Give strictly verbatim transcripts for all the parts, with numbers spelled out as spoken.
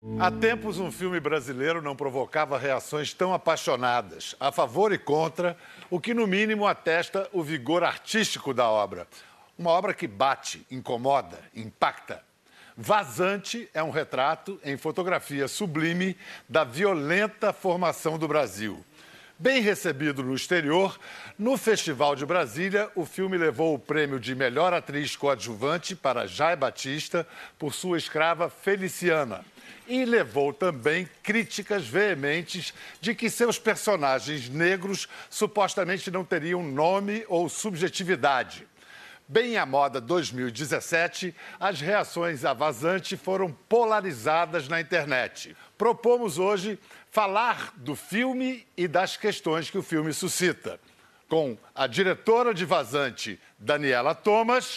Há tempos, um filme brasileiro não provocava reações tão apaixonadas, a favor e contra, o que, no mínimo, atesta o vigor artístico da obra. Uma obra que bate, incomoda, impacta. Vazante é um retrato, em fotografia sublime, da violenta formação do Brasil. Bem recebido no exterior, no Festival de Brasília, o filme levou o prêmio de melhor atriz coadjuvante para Jai Batista por sua escrava Feliciana. E levou também críticas veementes de que seus personagens negros supostamente não teriam nome ou subjetividade. Bem à moda dois mil e dezessete, as reações a Vazante foram polarizadas na internet. Propomos hoje falar do filme e das questões que o filme suscita, com a diretora de Vazante, Daniela Thomas,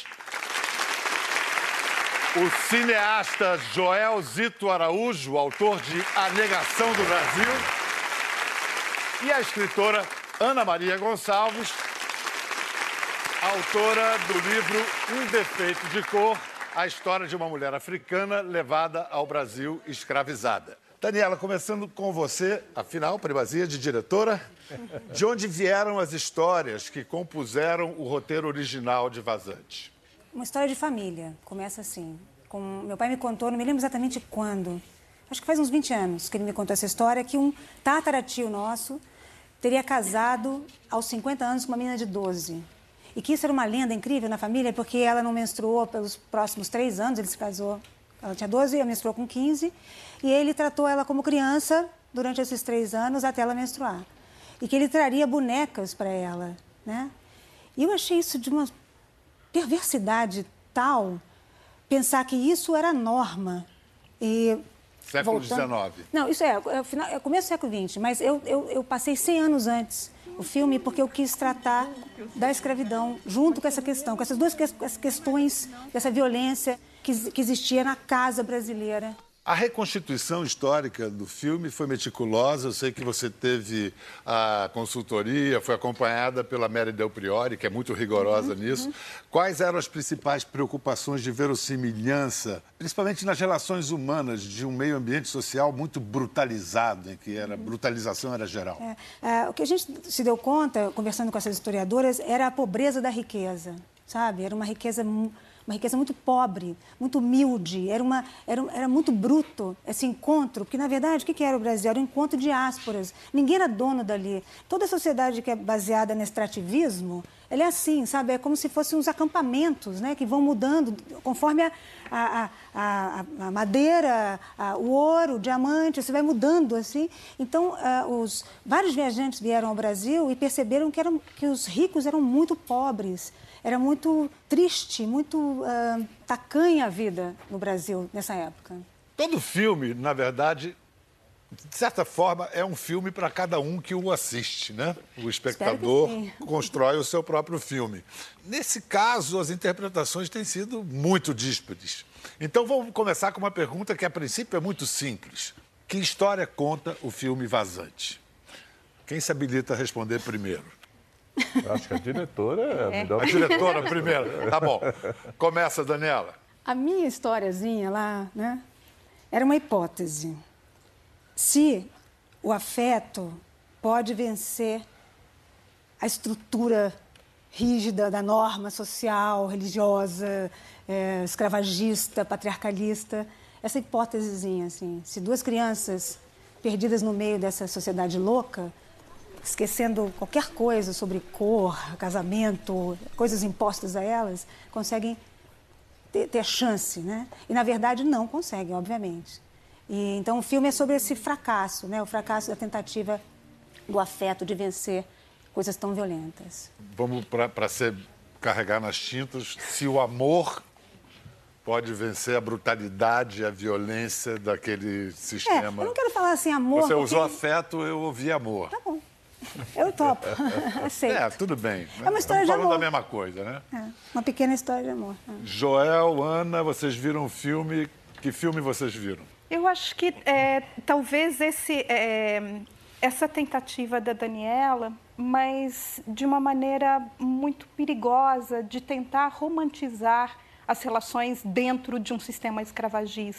o cineasta Joel Zito Araújo, autor de A Negação do Brasil, e a escritora Ana Maria Gonçalves, autora do livro Um Defeito de Cor, a história de uma mulher africana levada ao Brasil escravizada. Daniela, começando com você, afinal, primazia de diretora, de onde vieram as histórias que compuseram o roteiro original de Vazante? Uma história de família, começa assim. Com... Meu pai me contou, não me lembro exatamente quando, acho que faz uns vinte anos que ele me contou essa história, que um tataratio nosso teria casado aos cinquenta anos com uma menina de doze. E que isso era uma lenda incrível na família, porque ela não menstruou pelos próximos três anos, ele se casou, ela tinha doze, ela menstruou com quinze, e ele tratou ela como criança durante esses três anos até ela menstruar. E que ele traria bonecas para ela, né? E eu achei isso de uma perversidade tal, pensar que isso era norma. E, século voltando... dezenove. Não, isso é, é, final, é começo do século vinte, mas eu, eu, eu passei cem anos antes o filme porque eu quis tratar da escravidão junto com essa questão, com essas duas que, as questões dessa violência que, que existia na casa brasileira. A reconstituição histórica do filme foi meticulosa. Eu sei que você teve a consultoria, foi acompanhada pela Mary Del Priore, que é muito rigorosa uhum, nisso. Uhum. Quais eram as principais preocupações de verossimilhança, principalmente nas relações humanas, de um meio ambiente social muito brutalizado, em que a brutalização era geral? É, é, o que a gente se deu conta, conversando com essas historiadoras, era a pobreza da riqueza, sabe? Era uma riqueza... Uma riqueza muito pobre, muito humilde, era, uma, era, era muito bruto esse encontro, porque, na verdade, o que era o Brasil? Era um encontro de diásporas, ninguém era dono dali. Toda a sociedade que é baseada no extrativismo, ela é assim, sabe? É como se fossem uns acampamentos, né? Que vão mudando conforme a, a, a, a madeira, a, o ouro, o diamante, você vai mudando assim. Então, uh, os, vários viajantes vieram ao Brasil e perceberam que, eram, que os ricos eram muito pobres. Era muito triste, muito uh, tacanha a vida no Brasil nessa época. Todo filme, na verdade, de certa forma, é um filme para cada um que o assiste, né? O espectador constrói o seu próprio filme. Nesse caso, as interpretações têm sido muito díspares. Então, vamos começar com uma pergunta que, a princípio, é muito simples. Que história conta o filme Vazante? Quem se habilita a responder primeiro? Eu acho que a diretora é a melhor. A diretora primeiro. Tá bom. Começa, Daniela. A minha historiazinha lá, né, era uma hipótese. Se o afeto pode vencer a estrutura rígida da norma social, religiosa, é, escravagista, patriarcalista, essa hipótesezinha, assim, se duas crianças perdidas no meio dessa sociedade louca, esquecendo qualquer coisa sobre cor, casamento, coisas impostas a elas, conseguem ter, ter chance, né? E, na verdade, não conseguem, obviamente. E, então, o filme é sobre esse fracasso, né? O fracasso da tentativa do afeto de vencer coisas tão violentas. Vamos para ser carregar nas tintas. Se o amor pode vencer a brutalidade e a violência daquele sistema... É, eu não quero falar assim, amor... Você porque... usou afeto, eu ouvi amor. Tá bom. Eu topo, aceito. É, tudo bem. É uma história Estamos de amor. falando da mesma coisa, né? É, uma pequena história de amor. É. Joel, Ana, vocês viram o filme. Que filme vocês viram? Eu acho que é, talvez esse, é, essa tentativa da Daniela, mas de uma maneira muito perigosa, de tentar romantizar as relações dentro de um sistema escravagista.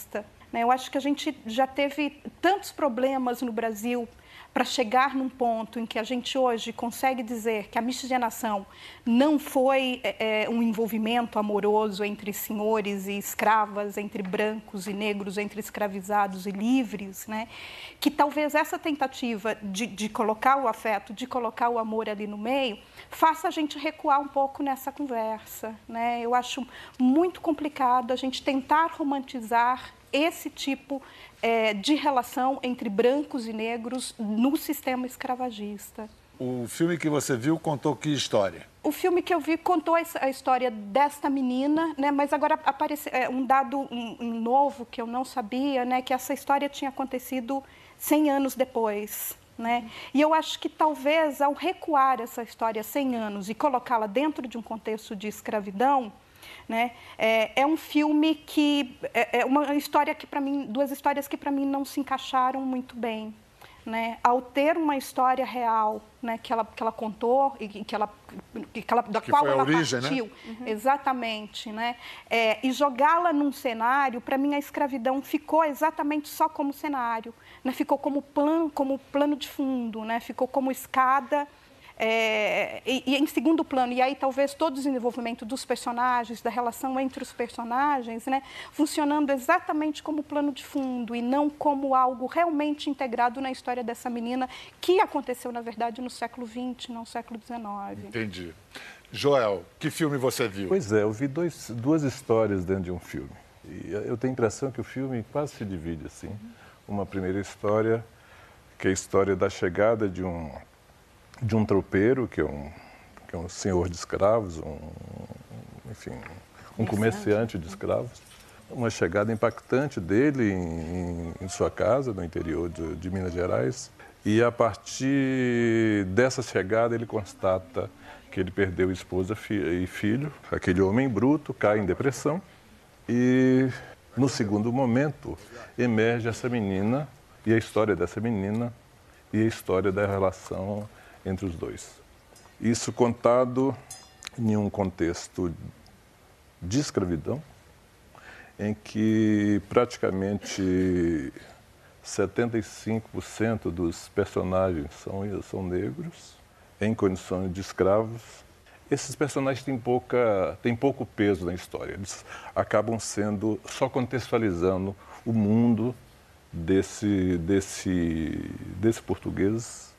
né? Eu acho que a gente já teve tantos problemas no Brasil para chegar num ponto em que a gente hoje consegue dizer que a miscigenação não foi é, um envolvimento amoroso entre senhores e escravas, entre brancos e negros, entre escravizados e livres, né? Que talvez essa tentativa de, de colocar o afeto, de colocar o amor ali no meio, faça a gente recuar um pouco nessa conversa, né? Eu acho muito complicado a gente tentar romantizar esse tipo é, de relação entre brancos e negros no sistema escravagista. O filme que você viu contou que história? O filme que eu vi contou a história desta menina, né? Mas agora apareceu é, um dado um, um novo que eu não sabia, né? Que essa história tinha acontecido cem anos depois. Né? E eu acho que talvez ao recuar essa história cem anos e colocá-la dentro de um contexto de escravidão, né? É, é um filme que é, é uma história que para mim, duas histórias que para mim não se encaixaram muito bem, né? Ao ter uma história real, né, que ela que ela contou e que ela, que ela da que qual foi a ela origem, partiu, né? Uhum. Exatamente, né? É, e jogá-la num cenário, para mim a escravidão ficou exatamente só como cenário, né? Ficou como plano, como plano de fundo, né? Ficou como escada. É, e, e em segundo plano, e aí talvez todo o desenvolvimento dos personagens, da relação entre os personagens, né, funcionando exatamente como plano de fundo e não como algo realmente integrado na história dessa menina, que aconteceu, na verdade, no século vinte, não no século dezenove. Entendi. Joel, que filme você viu? Pois é, eu vi dois, duas histórias dentro de um filme. E eu tenho a impressão que o filme quase se divide assim. Uma primeira história, que é a história da chegada de um... de um tropeiro, que é um, que é um senhor de escravos, um, enfim, um comerciante de escravos. Uma chegada impactante dele em, em sua casa, no interior de, de Minas Gerais. E, a partir dessa chegada, ele constata que ele perdeu esposa e filho. Aquele homem bruto cai em depressão. E, no segundo momento, emerge essa menina, e a história dessa menina, e a história da relação entre os dois. Isso contado em um contexto de escravidão, em que praticamente setenta e cinco por cento dos personagens são, são negros, em condições de escravos. Esses personagens têm, pouca, têm pouco peso na história, eles acabam sendo só contextualizando o mundo desse, desse, desse português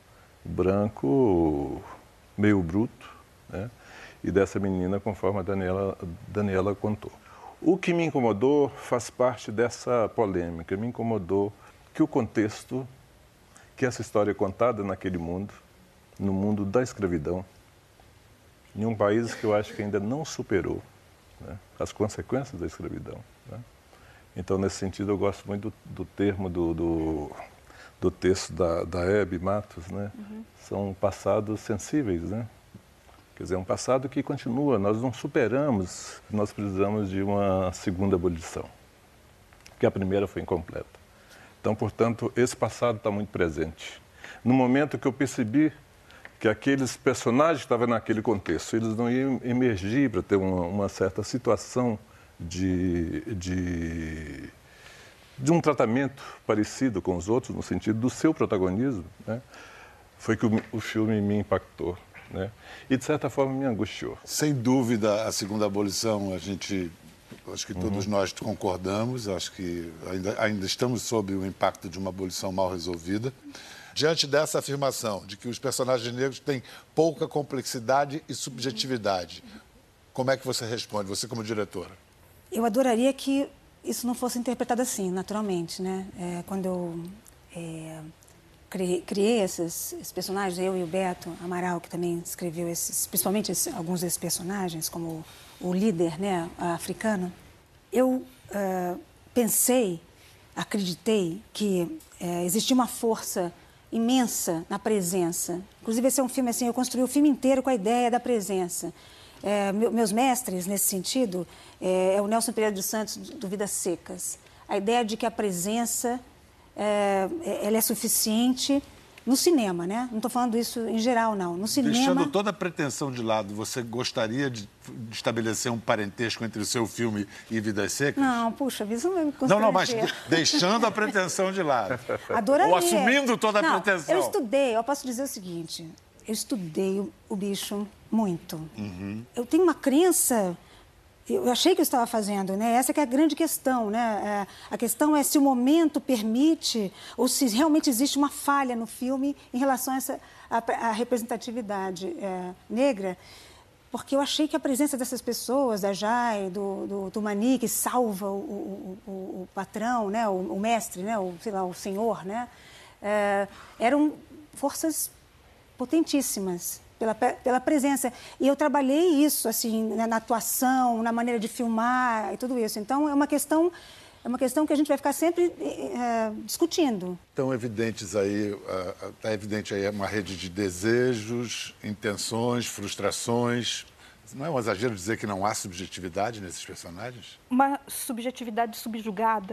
branco, meio bruto, né? E dessa menina, conforme a Daniela, Daniela contou. O que me incomodou faz parte dessa polêmica, me incomodou que o contexto, que essa história é contada naquele mundo, no mundo da escravidão, em um país que eu acho que ainda não superou, né, as consequências da escravidão. Né? Então, nesse sentido, eu gosto muito do, do termo do... do do texto da, da Hebe Matos, né? Uhum. São passados sensíveis, né? Quer dizer, é um passado que continua, nós não superamos, nós precisamos de uma segunda abolição, porque a primeira foi incompleta. Então, portanto, esse passado está muito presente. No momento que eu percebi que aqueles personagens que estavam naquele contexto, eles não iam emergir para ter uma, uma certa situação de... de de um tratamento parecido com os outros, no sentido do seu protagonismo, né? Foi que o, o filme me impactou, né? E, de certa forma, me angustiou. Sem dúvida, a segunda abolição, a gente, acho que todos uhum. nós concordamos, acho que ainda, ainda estamos sob o impacto de uma abolição mal resolvida. Diante dessa afirmação de que os personagens negros têm pouca complexidade e subjetividade, como é que você responde, você como diretora? Eu adoraria que isso não fosse interpretado assim, naturalmente, né? É, quando eu é, criei, criei esses, esses personagens, eu e o Beto Amaral, que também escreveu esses, principalmente esses, alguns desses personagens, como o líder, né, africano, eu uh, pensei, acreditei que uh, existia uma força imensa na presença. Inclusive, esse é um filme assim, eu construí o filme inteiro com a ideia da presença. É, meus mestres, nesse sentido, é, é o Nelson Pereira dos Santos, do Vidas Secas. A ideia de que a presença é, ela é suficiente, No cinema, né? Não estou falando isso em geral, não. No cinema... Deixando toda a pretensão de lado, você gostaria de estabelecer um parentesco entre o seu filme e Vidas Secas? Não, puxa, isso não me Não, não, mas deixando a pretensão de lado. Adoraria. Ou assumindo toda a não, pretensão. Eu estudei, eu posso dizer o seguinte, eu estudei o, o bicho muito. Uhum. Eu tenho uma crença... Eu achei que eu estava fazendo, né? Essa que é a grande questão, né? A questão é se o momento permite ou se realmente existe uma falha no filme em relação a essa a, a representatividade é, negra, porque eu achei que a presença dessas pessoas, da Jai, do, do, do Mani, que salva o, o, o, o patrão, né? O, o mestre, né? O, sei lá, o senhor, né? É, eram forças potentíssimas. Pela, pela presença. E eu trabalhei isso, assim, na, na atuação, na maneira de filmar e tudo isso. Então, é uma questão, é uma questão que a gente vai ficar sempre é, discutindo. Estão evidentes aí, está evidente aí uma rede de desejos, intenções, frustrações. Não é um exagero dizer que não há subjetividade nesses personagens? Uma subjetividade subjugada,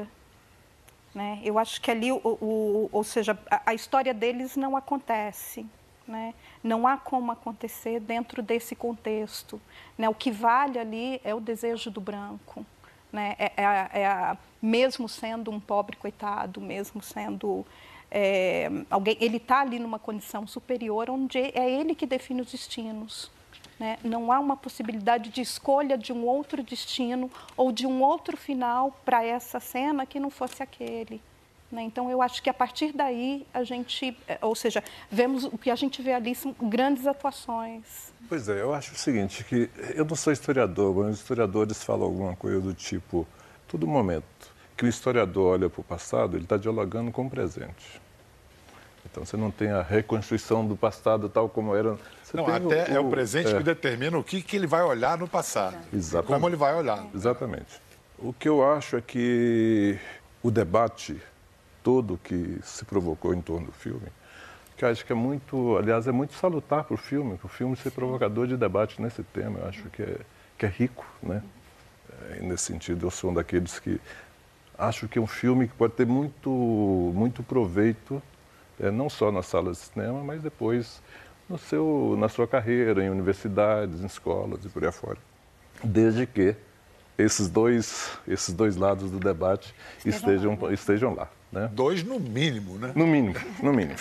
né? Eu acho que ali, o, o, ou seja, a, a história deles não acontece. Né? Não há como acontecer dentro desse contexto. Né? O que vale ali é o desejo do branco. Né? É, é, é a, mesmo sendo um pobre coitado, mesmo sendo é, alguém, ele está ali numa condição superior, onde é ele que define os destinos. Né? Não há uma possibilidade de escolha de um outro destino ou de um outro final para essa cena que não fosse aquele. Então, eu acho que a partir daí a gente, ou seja, vemos o que a gente vê ali são grandes atuações. Pois é, eu acho o seguinte, que eu não sou historiador, mas os historiadores falam alguma coisa do tipo, todo momento que o historiador olha para o passado, ele está dialogando com o presente. Então, você não tem a reconstrução do passado tal como era. Você não, tem até o, é o presente é. que determina o que, que ele vai olhar no passado. Exatamente. Como ele vai olhar. Exatamente. O que eu acho é que o debate todo que se provocou em torno do filme, que eu acho que é muito, aliás, é muito salutar para o filme, para o filme ser provocador de debate nesse tema. Eu acho que é, que é rico, né? É, nesse sentido, eu sou um daqueles que acho que é um filme que pode ter muito, muito proveito, é, não só na sala de cinema, mas depois no seu, na sua carreira, em universidades, em escolas e por aí afora. Desde que esses dois, esses dois lados do debate estejam, estejam, estejam lá. Né? Dois no mínimo, né? No mínimo, no mínimo.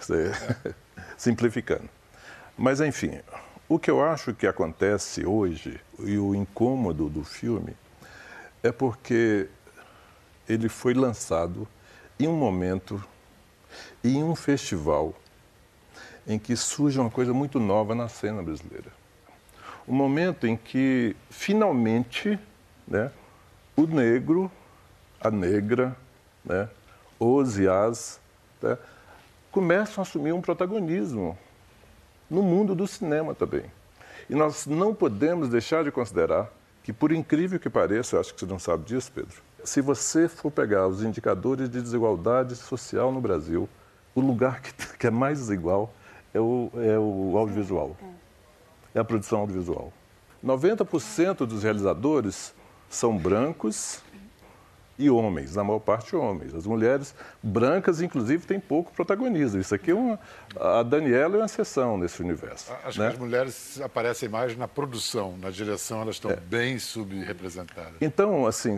Simplificando. Mas, enfim, o que eu acho que acontece hoje, e o incômodo do filme, é porque ele foi lançado em um momento, em um festival, em que surge uma coisa muito nova na cena brasileira. Um momento em que, finalmente, né, o negro, a negra, né, os e as, né, começam a assumir um protagonismo no mundo do cinema também. E nós não podemos deixar de considerar que, por incrível que pareça, eu acho que você não sabe disso, Pedro, se você for pegar os indicadores de desigualdade social no Brasil, o lugar que, que é mais desigual é o, é o audiovisual, é a produção audiovisual. noventa por cento dos realizadores são brancos e homens, na maior parte homens. As mulheres brancas, inclusive, têm pouco protagonismo. Isso aqui é uma... A Daniela é uma exceção nesse universo. Acho né? que as mulheres aparecem mais na produção, na direção elas estão é. bem subrepresentadas. Então, assim,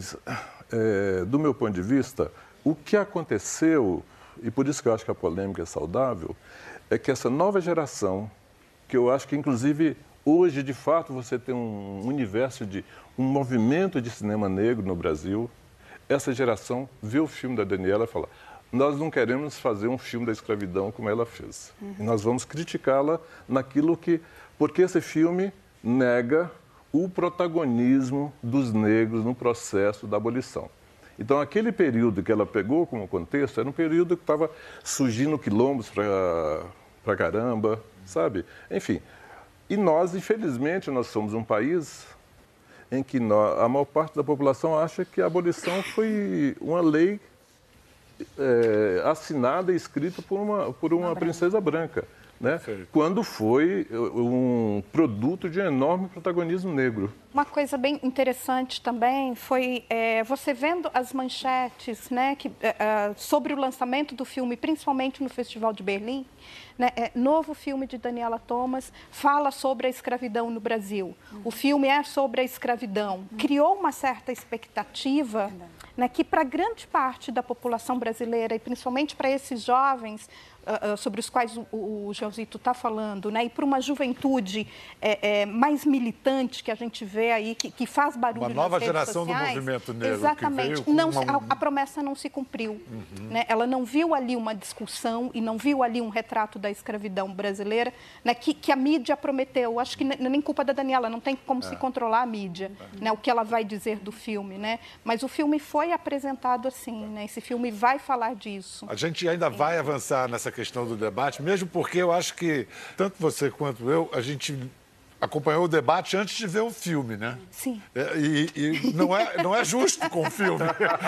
é, do meu ponto de vista, o que aconteceu, e por isso que eu acho que a polêmica é saudável, é que essa nova geração, que eu acho que, inclusive, hoje, de fato, você tem um universo de... um movimento de cinema negro no Brasil. Essa geração vê o filme da Daniela e fala, nós não queremos fazer um filme da escravidão como ela fez. Uhum. E nós vamos criticá-la naquilo que... Porque esse filme nega o protagonismo dos negros no processo da abolição. Então, aquele período que ela pegou como contexto era um período que estava surgindo quilombos para caramba, sabe? Enfim, e nós, infelizmente, nós somos um país... em que nós, a maior parte da população acha que a abolição foi uma lei é, assinada e escrita por uma, por uma princesa branca, né? Quando foi um produto de um enorme protagonismo negro. Uma coisa bem interessante também foi é, você vendo as manchetes, né, que, é, sobre o lançamento do filme, principalmente no Festival de Berlim, né, é, novo filme de Daniela Thomas fala sobre a escravidão no Brasil. Uhum. O filme é sobre a escravidão. Uhum. Criou uma certa expectativa, né, que para grande parte da população brasileira, e principalmente para esses jovens, Uh, sobre os quais o, o, o Joãozito está falando, né? E para uma juventude é, é, mais militante que a gente vê aí, que, que faz barulho nas redes sociais. Uma nova geração do movimento negro. Exatamente. Que veio não, uma... a, a promessa não se cumpriu. Uhum. Né? Ela não viu ali uma discussão e não viu ali um retrato da escravidão brasileira, né? que, que a mídia prometeu. Acho que nem culpa da Daniela, não tem como é. se controlar a mídia, é. né? O que ela vai dizer do filme. Né? Mas o filme foi apresentado assim, né? Esse filme vai falar disso. A gente ainda vai avançar nessa questão do debate, mesmo porque eu acho que, tanto você quanto eu, a gente acompanhou o debate antes de ver o filme, né? Sim. É, e e não, é, não é justo com o filme.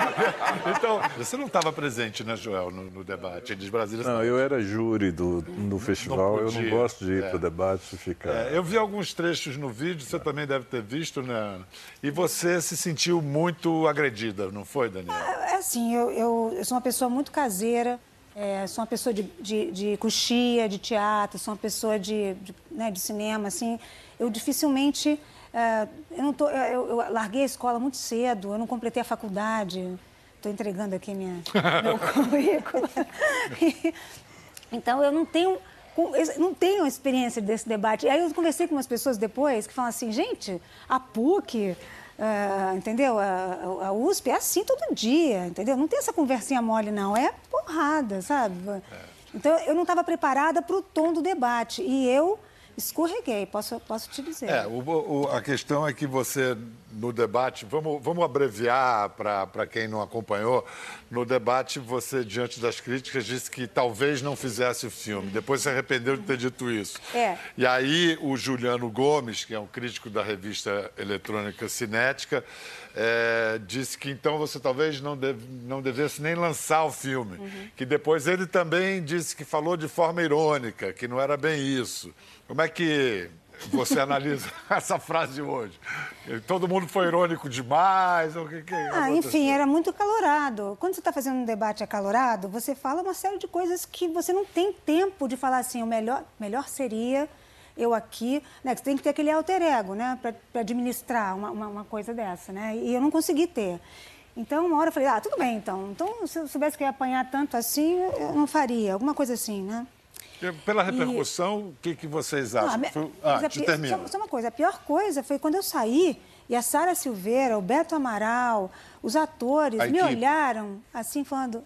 Então, você não estava presente, né, Joel, no, no debate de Brasília? Não, eu era júri do, no festival, não eu não gosto de ir é. para o debate e ficar... É, eu vi alguns trechos no vídeo, você também deve ter visto, né? E você se sentiu muito agredida, não foi, Daniela? É assim, eu, eu, eu sou uma pessoa muito caseira. É, sou uma pessoa de, de, de coxia, de teatro, sou uma pessoa de, de, né, de cinema, assim. Eu dificilmente... É, eu, não tô, eu, eu larguei a escola muito cedo, eu não completei a faculdade. Estou entregando aqui minha, meu currículo. E, então, eu não tenho, não tenho experiência desse debate. E aí eu conversei com umas pessoas depois que falam assim, gente, a PUC... Uh, entendeu? A, a U S P é assim todo dia, entendeu? Não tem essa conversinha mole, não. É porrada, sabe? É. Então, eu não estava preparada para o tom do debate. E eu escorreguei, posso, posso te dizer. É, o, o, a questão é que você, no debate, vamos, vamos abreviar para quem não acompanhou, no debate você, diante das críticas, disse que talvez não fizesse o filme. Depois se arrependeu de ter dito isso. É. E aí o Juliano Gomes, que é um crítico da revista eletrônica Cinética, é, disse que então você talvez não, deve, não devesse nem lançar o filme. Uhum. Que depois ele também disse que falou de forma irônica, que não era bem isso. Como é que você analisa essa frase hoje? Todo mundo foi irônico demais? Ou que, que ah, enfim, era muito acalorado. Quando você está fazendo um debate acalorado, você fala uma série de coisas que você não tem tempo de falar assim, o melhor, melhor seria eu aqui, né? Você tem que ter aquele alter ego, né? Para administrar uma, uma, uma coisa dessa, né? E eu não consegui ter. Então, uma hora eu falei, ah, tudo bem, então. Então, se eu soubesse que eu ia apanhar tanto assim, eu não faria. Alguma coisa assim, né? Pela repercussão, o e... que, que vocês acham? Ah, foi... ah a, te termina. Só, só uma coisa, a pior coisa foi quando eu saí e a Sara Silveira, o Beto Amaral, os atores a me equipe. olharam assim, falando,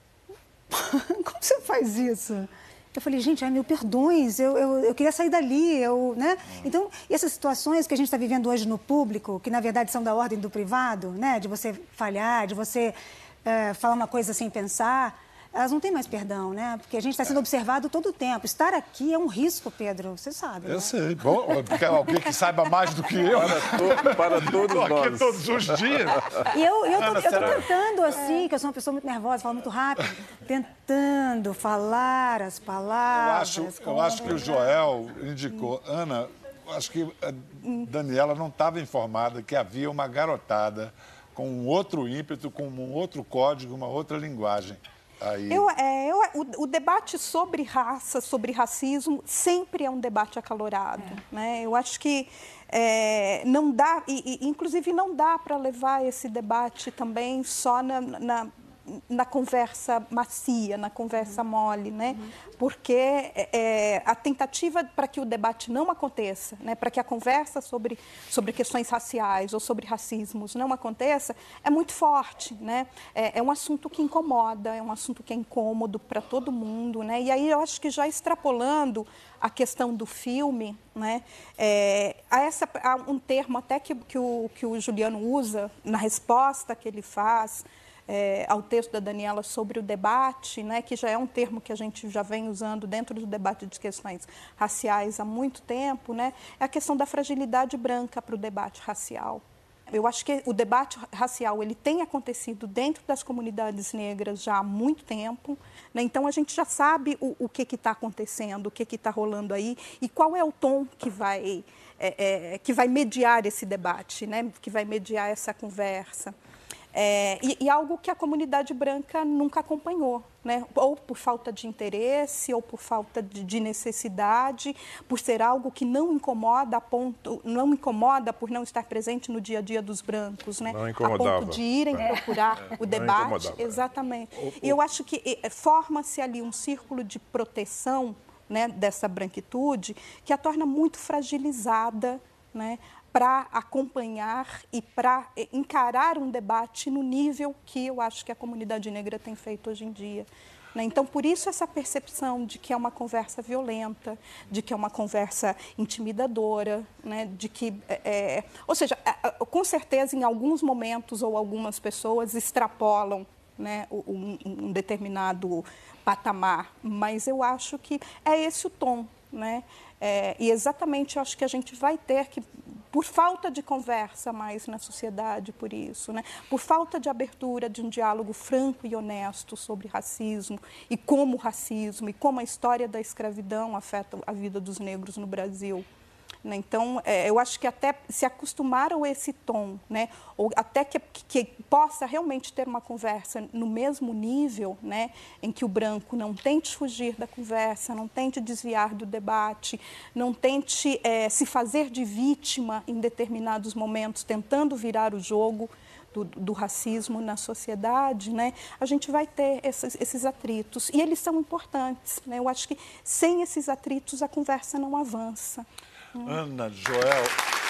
como você faz isso? Eu falei, gente, ai, mil perdões, eu, eu, eu queria sair dali, eu, né? Hum. Então, essas situações que a gente está vivendo hoje no público, que na verdade são da ordem do privado, né? De você falhar, de você é, falar uma coisa sem pensar, elas não têm mais perdão, né? Porque a gente está sendo observado todo o tempo. Estar aqui é um risco, Pedro, você sabe, né? Eu sei. Bom, alguém que saiba mais do que eu. Para, to para todos nós. Estou aqui todos os dias. E eu estou tentando, assim, que eu sou uma pessoa muito nervosa, falo muito rápido, tentando falar as palavras. Eu acho, eu acho que o Joel indicou, Ana, acho que a Daniela não estava informada que havia uma garotada com um outro ímpeto, com um outro código, uma outra linguagem. Aí... Eu, é, eu, o, o debate sobre raça, sobre racismo, sempre é um debate acalorado. É. Né? Eu acho que é, não dá, e, e, inclusive não dá para levar esse debate também só na, na, na conversa macia, na conversa uhum. mole, né? Uhum. Porque é, a tentativa para que o debate não aconteça, né? Para que a conversa sobre, sobre questões raciais ou sobre racismos não aconteça, é muito forte, né? É, é um assunto que incomoda, é um assunto que é incômodo para todo mundo, né? E aí eu acho que já extrapolando a questão do filme, né? É, há, essa, há um termo até que, que, o, que o Juliano usa na resposta que ele faz É, ao texto da Daniela sobre o debate, né, que já é um termo que a gente já vem usando dentro do debate de questões raciais há muito tempo, né, é a questão da fragilidade branca para o debate racial. Eu acho que o debate racial ele tem acontecido dentro das comunidades negras já há muito tempo, né? Então a gente já sabe o, o que está acontecendo, o que está rolando aí e qual é o tom que vai, é, é, que vai mediar esse debate, né? Que vai mediar essa conversa. É, e, e algo que a comunidade branca nunca acompanhou, né? Ou por falta de interesse, ou por falta de, de necessidade, por ser algo que não incomoda a ponto, não incomoda por não estar presente no dia a dia dos brancos, né? Não a incomodava. ponto de irem é. procurar é. o debate. Exatamente. O, o... E eu acho que forma-se ali um círculo de proteção, né, dessa branquitude que a torna muito fragilizada, né, para acompanhar e para encarar um debate no nível que eu acho que a comunidade negra tem feito hoje em dia. Então, por isso, essa percepção de que é uma conversa violenta, de que é uma conversa intimidadora, né? de que, é... ou seja, com certeza, em alguns momentos ou algumas pessoas extrapolam, né, um, um determinado patamar, mas eu acho que é esse o tom, né? É, e exatamente eu acho que a gente vai ter que, por falta de conversa mais na sociedade, por isso, né? Por falta de abertura de um diálogo franco e honesto sobre racismo e como o racismo e como a história da escravidão afeta a vida dos negros no Brasil. Então, é, eu acho que até se acostumaram a esse tom, né? Ou até que, que possa realmente ter uma conversa no mesmo nível, né? Em que o branco não tente fugir da conversa, não tente desviar do debate, não tente é, se fazer de vítima em determinados momentos, tentando virar o jogo do, do racismo na sociedade, né? A gente vai ter esses, esses atritos. E eles são importantes, né? Eu acho que sem esses atritos a conversa não avança. Ana, Joel.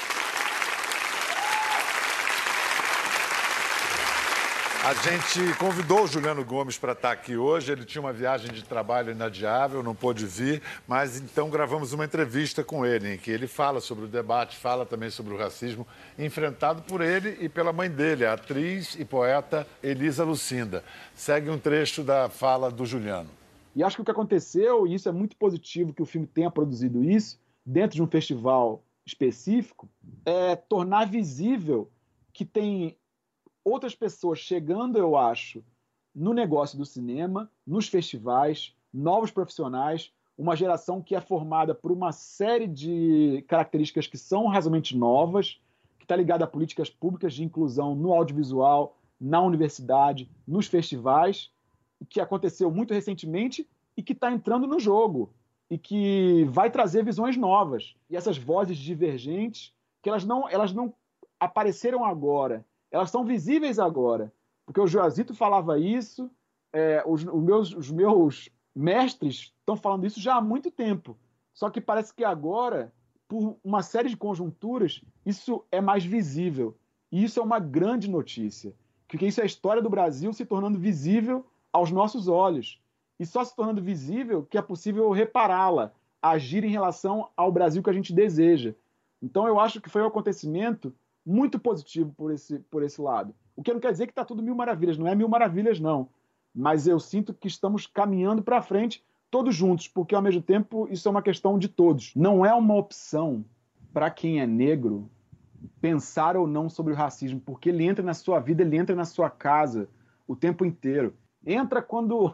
A gente convidou o Juliano Gomes para estar aqui hoje. Ele tinha uma viagem de trabalho inadiável, não pôde vir, mas então gravamos uma entrevista com ele, em que ele fala sobre o debate, fala também sobre o racismo enfrentado por ele e pela mãe dele, a atriz e poeta Elisa Lucinda. Segue um trecho da fala do Juliano. E acho que o que aconteceu, e isso é muito positivo que o filme tenha produzido isso, dentro de um festival específico, é tornar visível que tem outras pessoas chegando, eu acho, no negócio do cinema, nos festivais, novos profissionais, uma geração que é formada por uma série de características que são razoavelmente novas, que está ligada a políticas públicas de inclusão no audiovisual, na universidade, nos festivais, que aconteceu muito recentemente e que está entrando no jogo. E que vai trazer visões novas. E essas vozes divergentes, que elas não, elas não apareceram agora, elas são visíveis agora. Porque o Joazito falava isso, é, os, os, meus, os meus mestres estão falando isso já há muito tempo. Só que parece que agora, por uma série de conjunturas, isso é mais visível. E isso é uma grande notícia. Porque isso é a história do Brasil se tornando visível aos nossos olhos. E só se tornando visível que é possível repará-la, agir em relação ao Brasil que a gente deseja. Então, eu acho que foi um acontecimento muito positivo por esse, por esse lado. O que não quer dizer que está tudo mil maravilhas, não é mil maravilhas, não. Mas eu sinto que estamos caminhando para frente todos juntos, porque, ao mesmo tempo, isso é uma questão de todos. Não é uma opção para quem é negro pensar ou não sobre o racismo, porque ele entra na sua vida, ele entra na sua casa o tempo inteiro. Entra quando...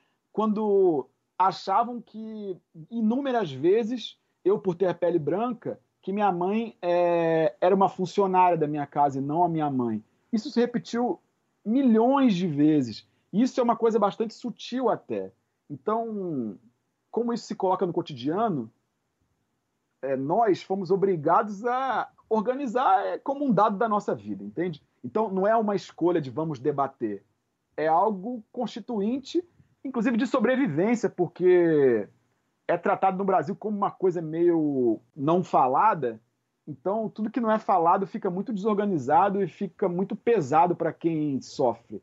quando achavam que, inúmeras vezes, eu, por ter a pele branca, que minha mãe é, era uma funcionária da minha casa e não a minha mãe. Isso se repetiu milhões de vezes. Isso é uma coisa bastante sutil até. Então, como isso se coloca no cotidiano, é, nós fomos obrigados a organizar é, como um dado da nossa vida, entende? Então, não é uma escolha de vamos debater. É algo constituinte, inclusive de sobrevivência, porque é tratado no Brasil como uma coisa meio não falada. Então, tudo que não é falado fica muito desorganizado e fica muito pesado para quem sofre.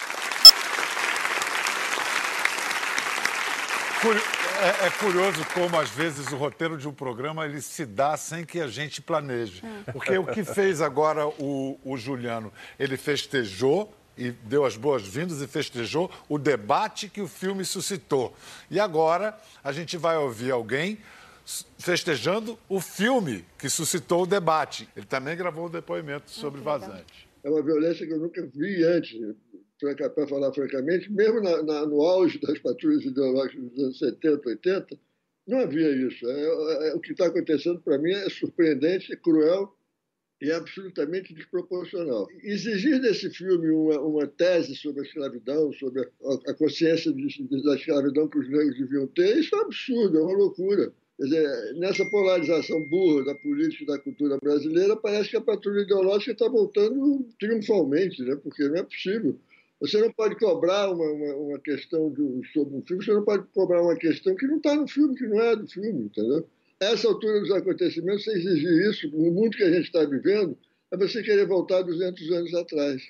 É, é curioso como, às vezes, o roteiro de um programa ele se dá sem que a gente planeje. Porque o que fez agora o, o Juliano? Ele festejou e deu as boas-vindas e festejou o debate que o filme suscitou. E agora a gente vai ouvir alguém festejando o filme que suscitou o debate. Ele também gravou um depoimento sobre Vazante. É uma violência que eu nunca vi antes, para falar francamente. Mesmo na, na, no auge das patrulhas ideológicas dos anos setenta, oitenta, não havia isso. É, é, o que está acontecendo, para mim, é surpreendente, é cruel e absolutamente desproporcional. Exigir desse filme uma, uma tese sobre a escravidão, sobre a, a consciência de, de, da escravidão que os negros deviam ter, isso é um absurdo, é uma loucura. Quer dizer, nessa polarização burra da política e da cultura brasileira, parece que a patrulha ideológica está voltando triunfalmente, né? Porque não é possível. Você não pode cobrar uma, uma, uma questão de, sobre um filme, você não pode cobrar uma questão que não está no filme, que não é do filme, entendeu? Essa altura dos acontecimentos, você exigir isso, no mundo que a gente está vivendo, é você querer voltar duzentos anos atrás.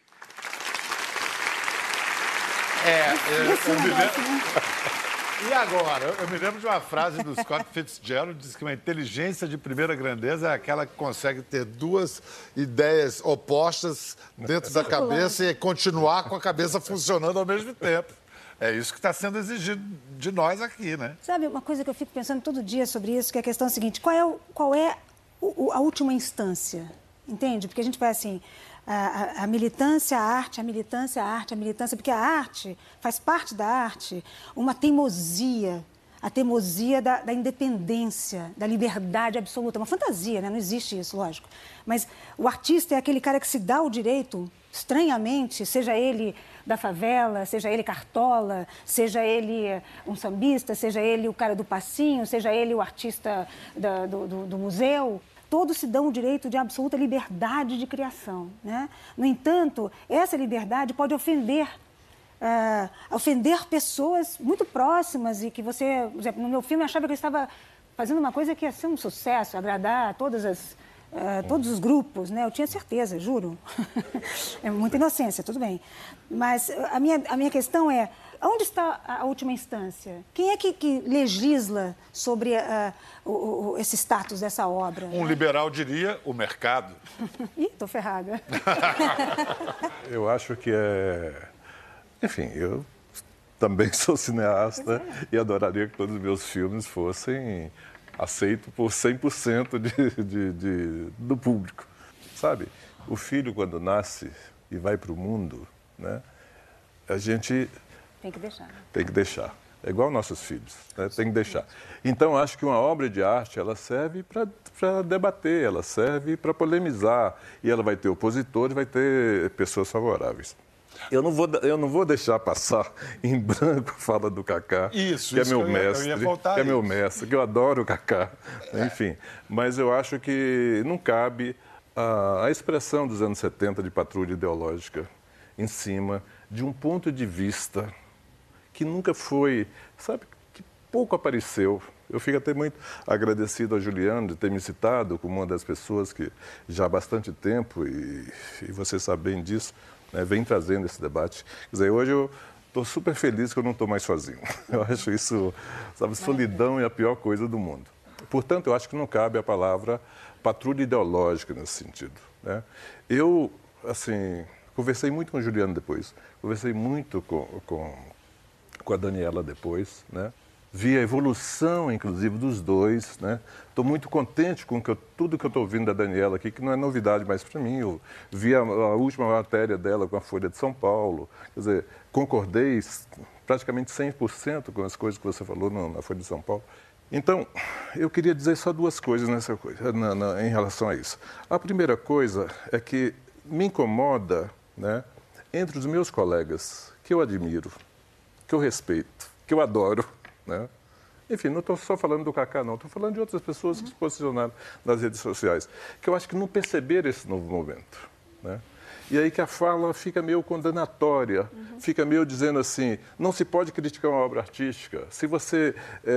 É, eu, eu me lembro... E agora? Eu me lembro de uma frase do Scott Fitzgerald, que diz que uma inteligência de primeira grandeza é aquela que consegue ter duas ideias opostas dentro da cabeça e continuar com a cabeça funcionando ao mesmo tempo. É isso que está sendo exigido de nós aqui, né? Sabe, uma coisa que eu fico pensando todo dia sobre isso, que é a questão seguinte, qual é, o, qual é o, a última instância? Entende? Porque a gente vai assim, a, a, a militância, a arte, a militância, a arte, a militância, porque a arte faz parte da arte uma teimosia, a teimosia da, da independência, da liberdade absoluta, uma fantasia, né? Não existe isso, lógico. Mas o artista é aquele cara que se dá o direito, estranhamente, seja ele da favela, seja ele cartola, seja ele um sambista, seja ele o cara do passinho, seja ele o artista da, do, do, do museu, todos se dão o direito de absoluta liberdade de criação, né? No entanto, essa liberdade pode ofender, uh, ofender pessoas muito próximas e que você, por exemplo, no meu filme eu achava que eu estava fazendo uma coisa que ia ser um sucesso, agradar todas as Uh, todos os grupos, né? Eu tinha certeza, juro. É muita inocência, tudo bem. Mas a minha, a minha questão é, onde está a última instância? Quem é que, que legisla sobre uh, o, o, esse status dessa obra? Um liberal diria o mercado. Ih, tô ferrada. Eu acho que é... Enfim, eu também sou cineasta é. e adoraria que todos os meus filmes fossem... aceito por cem por cento de, de, de, do público, sabe? O filho, quando nasce e vai para o mundo, né, a gente... Tem que deixar. Tem que deixar. É igual nossos filhos, né? Tem que deixar. Então, acho que uma obra de arte, ela serve para debater, ela serve para polemizar, e ela vai ter opositores, vai ter pessoas favoráveis. Eu não, vou, eu não vou deixar passar em branco a fala do Kaká, isso, que é isso meu que eu ia, mestre, eu ia voltar que é isso. meu mestre, que eu adoro o Kaká, é. Enfim. Mas eu acho que não cabe a, a expressão dos anos setenta de patrulha ideológica em cima de um ponto de vista que nunca foi, sabe, que pouco apareceu. Eu fico até muito agradecido a Juliana de ter me citado como uma das pessoas que já há bastante tempo, e, e você sabe bem disso, né, vem trazendo esse debate. Quer dizer, hoje eu estou super feliz que eu não estou mais sozinho. Eu acho isso, sabe, solidão é a pior coisa do mundo. Portanto, eu acho que não cabe a palavra patrulha ideológica nesse sentido, né? Eu, assim, conversei muito com o Juliano depois, conversei muito com, com, com a Daniela depois, né? Vi a evolução, inclusive, dos dois, né? Estou muito contente com que eu, tudo que eu estou ouvindo da Daniela aqui, que não é novidade mais para mim. Eu vi a, a última matéria dela com a Folha de São Paulo. Quer dizer, concordei praticamente cem por cento com as coisas que você falou na, na Folha de São Paulo. Então, eu queria dizer só duas coisas nessa coisa, na, na, em relação a isso. A primeira coisa é que me incomoda, né, entre os meus colegas, que eu admiro, que eu respeito, que eu adoro, né? Enfim, não estou só falando do Kaká, não. Estou falando de outras pessoas que se posicionaram nas redes sociais, que eu acho que não perceberam esse novo momento, né? E aí que a fala fica meio condenatória, uhum. fica meio dizendo assim, não se pode criticar uma obra artística. Se você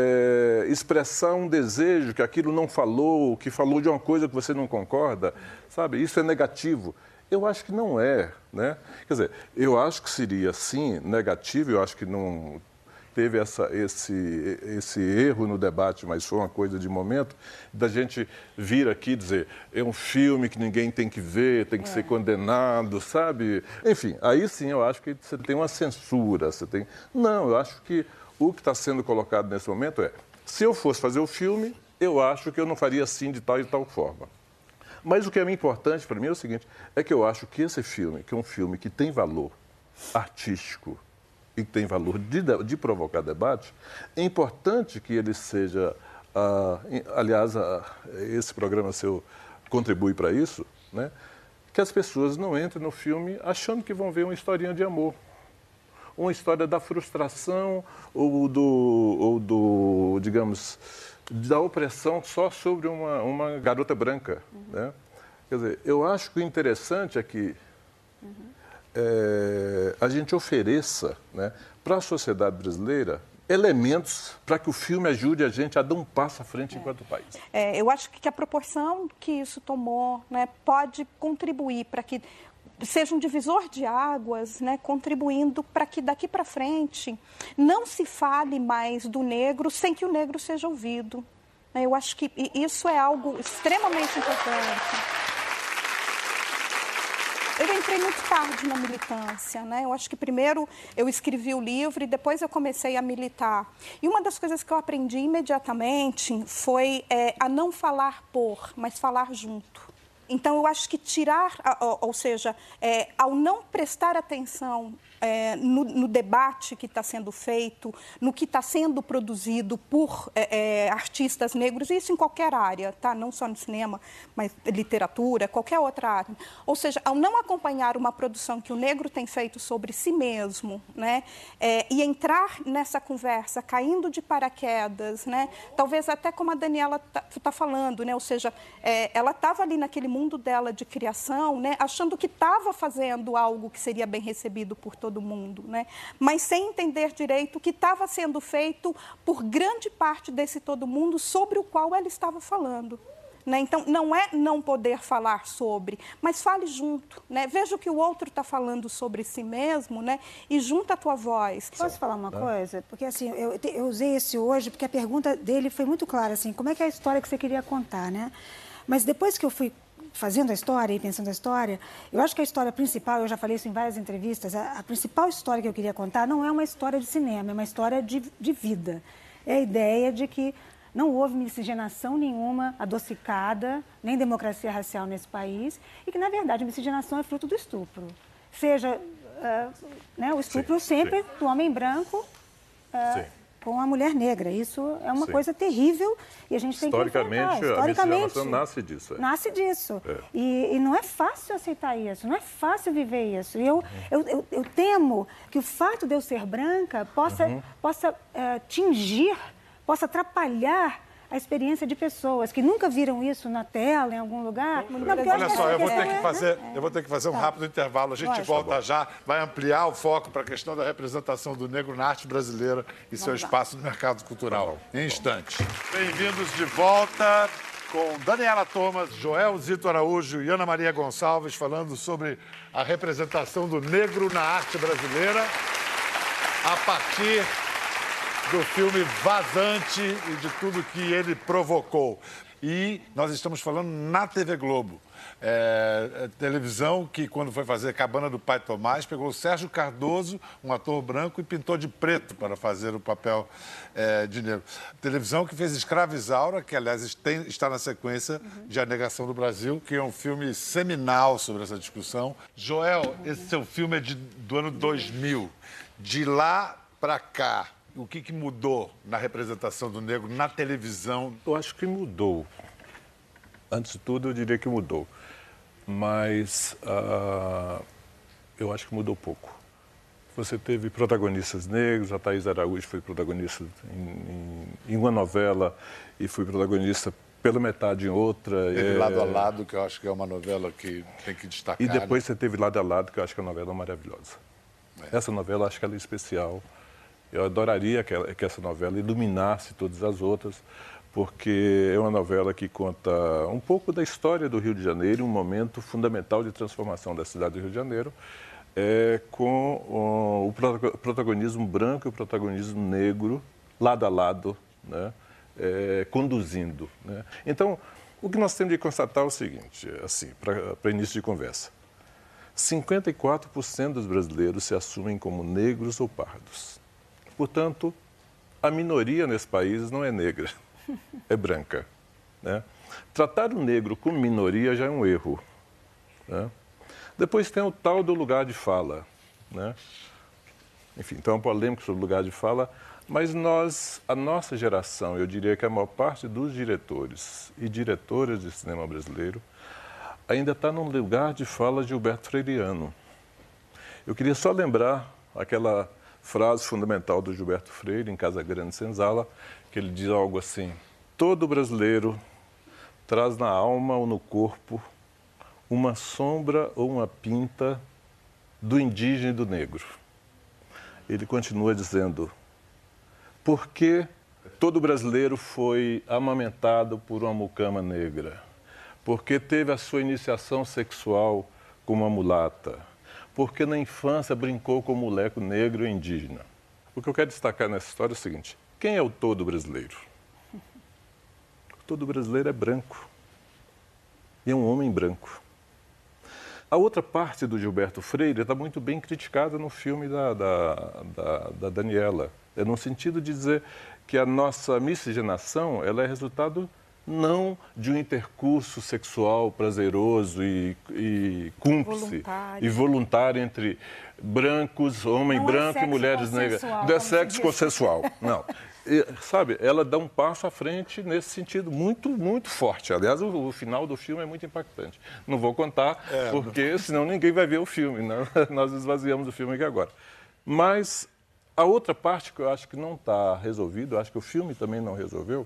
é, expressar um desejo que aquilo não falou, que falou de uma coisa que você não concorda, sabe, isso é negativo. Eu acho que não é, né? Quer dizer, eu acho que seria, sim, negativo, eu acho que não... teve essa, esse, esse erro no debate, mas foi uma coisa de momento, da gente vir aqui dizer, é um filme que ninguém tem que ver, tem que é. ser condenado, sabe? Enfim, aí sim eu acho que você tem uma censura, você tem... Não, eu acho que o que está sendo colocado nesse momento é, se eu fosse fazer o filme, eu acho que eu não faria assim de tal e tal forma. Mas o que é importante para mim é o seguinte, é que eu acho que esse filme, que é um filme que tem valor artístico e que tem valor de, de provocar debate, é importante que ele seja, ah, aliás, ah, esse programa seu contribui para isso, né? Que as pessoas não entrem no filme achando que vão ver uma historinha de amor, uma história da frustração ou do, ou do digamos, da opressão só sobre uma, uma garota branca. Uhum. Né? Quer dizer, eu acho que o interessante é que uhum. é, a gente ofereça, né, para a sociedade brasileira elementos para que o filme ajude a gente a dar um passo à frente é. enquanto país. É, eu acho que a proporção que isso tomou, né, pode contribuir para que seja um divisor de águas, né, contribuindo para que daqui para frente não se fale mais do negro sem que o negro seja ouvido. Eu acho que isso é algo extremamente importante. Eu entrei muito tarde na militância, né? Eu acho que primeiro eu escrevi o livro e depois eu comecei a militar. E uma das coisas que eu aprendi imediatamente foi é, a não falar por, mas falar junto. Então, eu acho que tirar, ou seja, é, ao não prestar atenção é, no, no debate que está sendo feito, no que está sendo produzido por é, é, artistas negros, isso em qualquer área, tá? Não só no cinema, mas literatura, qualquer outra área. Ou seja, ao não acompanhar uma produção que o negro tem feito sobre si mesmo, né, é, e entrar nessa conversa caindo de paraquedas, né, talvez até como a Daniela está tá falando, né, ou seja, é, ela estava ali naquele mundo dela de criação, né, achando que estava fazendo algo que seria bem recebido por todo mundo, né, mas sem entender direito o que estava sendo feito por grande parte desse todo mundo sobre o qual ela estava falando. Né? Então, não é não poder falar sobre, mas fale junto. Né? Veja o que o outro está falando sobre si mesmo, né? E junta a tua voz. Posso falar uma coisa? Porque assim, eu, eu usei esse hoje porque a pergunta dele foi muito clara, assim, como é que é a história que você queria contar, né? Mas depois que eu fui fazendo a história e pensando a história, eu acho que a história principal, eu já falei isso em várias entrevistas, a, a principal história que eu queria contar não é uma história de cinema, é uma história de, de vida. É a ideia de que não houve miscigenação nenhuma adocicada, nem democracia racial nesse país, e que, na verdade, a miscigenação é fruto do estupro. Seja uh, né, o estupro sim, sempre sim. do homem branco uh, com a mulher negra. Isso é uma sim. coisa terrível e a gente tem que enfrentar. Historicamente, a miscigenação nasce disso. É. Nasce disso. É. E, e não é fácil aceitar isso, não é fácil viver isso. E eu, uhum. eu, eu, eu temo que o fato de eu ser branca possa, uhum. possa uh, tingir, possa atrapalhar a experiência de pessoas que nunca viram isso na tela, em algum lugar. Não, olha só, eu vou, ter que fazer, eu vou ter que fazer um rápido intervalo. A gente Lógico. volta já, vai ampliar o foco para a questão da representação do negro na arte brasileira e seu Vamos espaço lá. no mercado cultural. Em instantes. Bem-vindos de volta com Daniela Thomas, Joel Zito Araújo e Ana Maria Gonçalves falando sobre a representação do negro na arte brasileira a partir do filme Vazante e de tudo que ele provocou. E nós estamos falando na T V Globo. É, televisão que, quando foi fazer Cabana do Pai Tomás, pegou o Sérgio Cardoso, um ator branco, e pintou de preto para fazer o papel é, de negro. Televisão que fez Escrava Isaura, que, aliás, tem, está na sequência uhum. de A Negação do Brasil, que é um filme seminal sobre essa discussão. Joel, esse seu filme é de, do ano dois mil. De lá para cá, o que, que mudou na representação do negro na televisão? Eu acho que mudou. Antes de tudo, eu diria que mudou. Mas uh, eu acho que mudou pouco. Você teve protagonistas negros, a Thaís Araújo foi protagonista em, em, em uma novela e foi protagonista pela metade em outra. Teve é... Lado a Lado, que eu acho que é uma novela que tem que destacar. E depois né? você teve Lado a Lado, que eu acho que é uma novela maravilhosa. É. Essa novela, acho que ela é especial. Eu adoraria que, ela, que essa novela iluminasse todas as outras, porque é uma novela que conta um pouco da história do Rio de Janeiro, um momento fundamental de transformação da cidade do Rio de Janeiro, é, com o, o protagonismo branco e o protagonismo negro, lado a lado, né, é, conduzindo. Né? Então, o que nós temos de constatar é o seguinte, assim, para início de conversa. cinquenta e quatro por cento dos brasileiros se assumem como negros ou pardos. Portanto, a minoria nesse país não é negra, é branca. né? Tratar o negro como minoria já é um erro, né? Depois tem o tal do lugar de fala, né? Enfim, então é uma polêmica sobre o lugar de fala, mas nós, a nossa geração, eu diria que a maior parte dos diretores e diretoras de cinema brasileiro ainda está num lugar de fala Gilberto Freireano. Eu queria só lembrar aquela frase fundamental do Gilberto Freire, em Casa Grande Senzala, que ele diz algo assim: todo brasileiro traz na alma ou no corpo uma sombra ou uma pinta do indígena e do negro. Ele continua dizendo: por que todo brasileiro foi amamentado por uma mucama negra? Porque teve a sua iniciação sexual com uma mulata? Porque na infância brincou com o moleque negro e indígena? O que eu quero destacar nessa história é o seguinte: quem é o todo brasileiro? O todo brasileiro é branco. E é um homem branco. A outra parte do Gilberto Freire está muito bem criticada no filme da, da, da, da Daniela. É no sentido de dizer que a nossa miscigenação ela é resultado não de um intercurso sexual prazeroso e, e cúmplice voluntário. e voluntário entre brancos, homem não branco é e mulheres negras. Não é sexo consensual, não. E, sabe, ela dá um passo à frente nesse sentido muito, muito forte. Aliás, o, o final do filme é muito impactante. Não vou contar, é, porque não... senão ninguém vai ver o filme, né? Nós esvaziamos o filme aqui agora. Mas a outra parte que eu acho que não está resolvida, eu acho que o filme também não resolveu,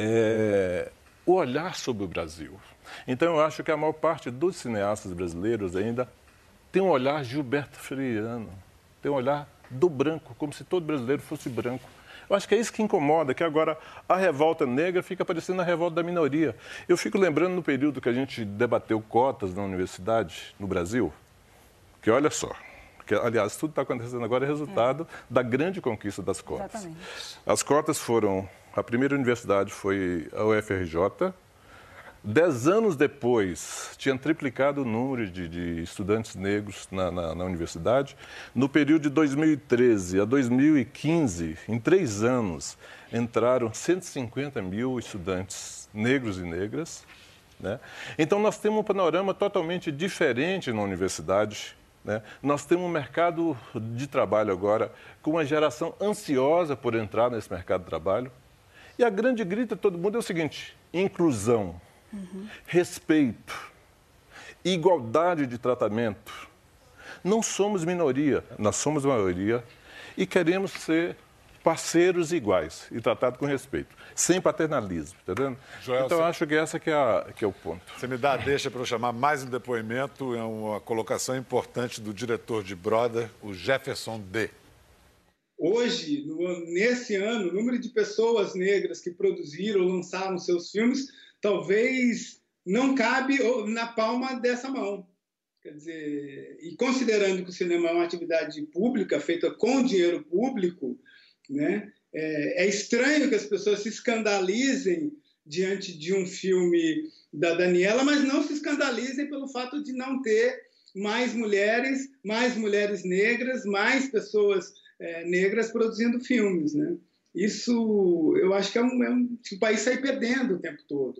é o olhar sobre o Brasil. Então, eu acho que a maior parte dos cineastas brasileiros ainda tem um olhar Gilberto Freireano, tem um olhar do branco, como se todo brasileiro fosse branco. Eu acho que é isso que incomoda, que agora a revolta negra fica parecendo a revolta da minoria. Eu fico lembrando no período que a gente debateu cotas na universidade, no Brasil, que olha só, que, aliás, tudo que está acontecendo agora é resultado é. da grande conquista das cotas. Exatamente. As cotas foram, a primeira universidade foi a U F R J. Dez anos depois, tinha triplicado o número de, de estudantes negros na, na, na universidade. No período de dois mil e treze a dois mil e quinze, em três anos, entraram cento e cinquenta mil estudantes negros e negras, né? Então, nós temos um panorama totalmente diferente na universidade, né? Nós temos um mercado de trabalho agora com uma geração ansiosa por entrar nesse mercado de trabalho. E a grande grita de todo mundo é o seguinte: inclusão. Uhum. Respeito, igualdade de tratamento. Não somos minoria, nós somos maioria e queremos ser parceiros iguais e tratados com respeito, sem paternalismo, tá entendendo? Joel, então, você... acho que essa que é, a, que é o ponto. Você me dá a deixa para eu chamar mais um depoimento, é uma colocação importante do diretor de Brother, o Jefferson D. Hoje, no, nesse ano, o número de pessoas negras que produziram ou lançaram seus filmes talvez não cabe na palma dessa mão. Quer dizer, e considerando que o cinema é uma atividade pública, feita com dinheiro público, né, é, é estranho que as pessoas se escandalizem diante de um filme da Daniela, mas não se escandalizem pelo fato de não ter mais mulheres, mais mulheres negras, mais pessoas é, negras produzindo filmes, né? Isso, eu acho que é um, é um, o país sai perdendo o tempo todo.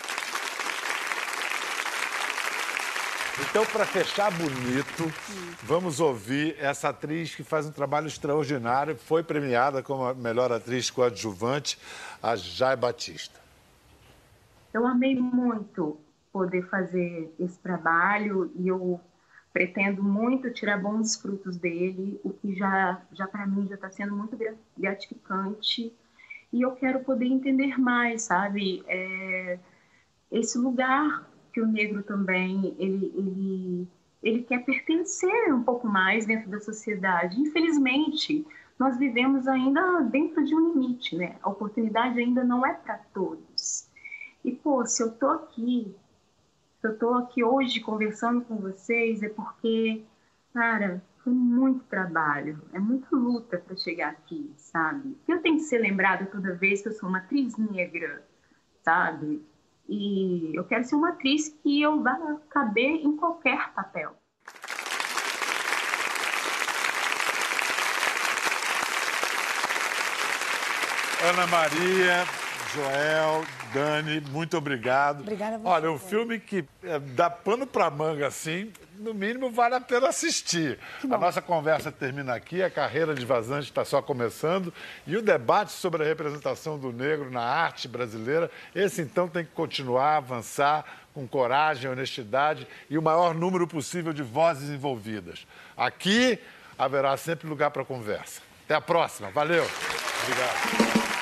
Então, para fechar bonito, vamos ouvir essa atriz que faz um trabalho extraordinário, foi premiada como a melhor atriz coadjuvante, a Jai Batista. Eu amei muito poder fazer esse trabalho e eu pretendo muito tirar bons frutos dele, o que já, já para mim já está sendo muito gratificante. E eu quero poder entender mais, sabe? É, esse lugar que o negro também, ele, ele, ele quer pertencer um pouco mais dentro da sociedade. Infelizmente, nós vivemos ainda dentro de um limite, né? A oportunidade ainda não é para todos. E, pô, se eu estou aqui, se eu estou aqui hoje conversando com vocês, é porque, cara, foi muito trabalho, é muita luta para chegar aqui, sabe? Eu tenho que ser lembrada toda vez que eu sou uma atriz negra, sabe? E eu quero ser uma atriz que eu vá caber em qualquer papel. Ana Maria, Joel, Dani, muito obrigado. Obrigada a você. Olha, um filme que é, dá pano para manga, assim, no mínimo vale a pena assistir. A nossa conversa termina aqui, a carreira de Vazante está só começando e o debate sobre a representação do negro na arte brasileira, esse então tem que continuar, avançar com coragem, honestidade e o maior número possível de vozes envolvidas. Aqui haverá sempre lugar para conversa. Até a próxima. Valeu. Obrigado.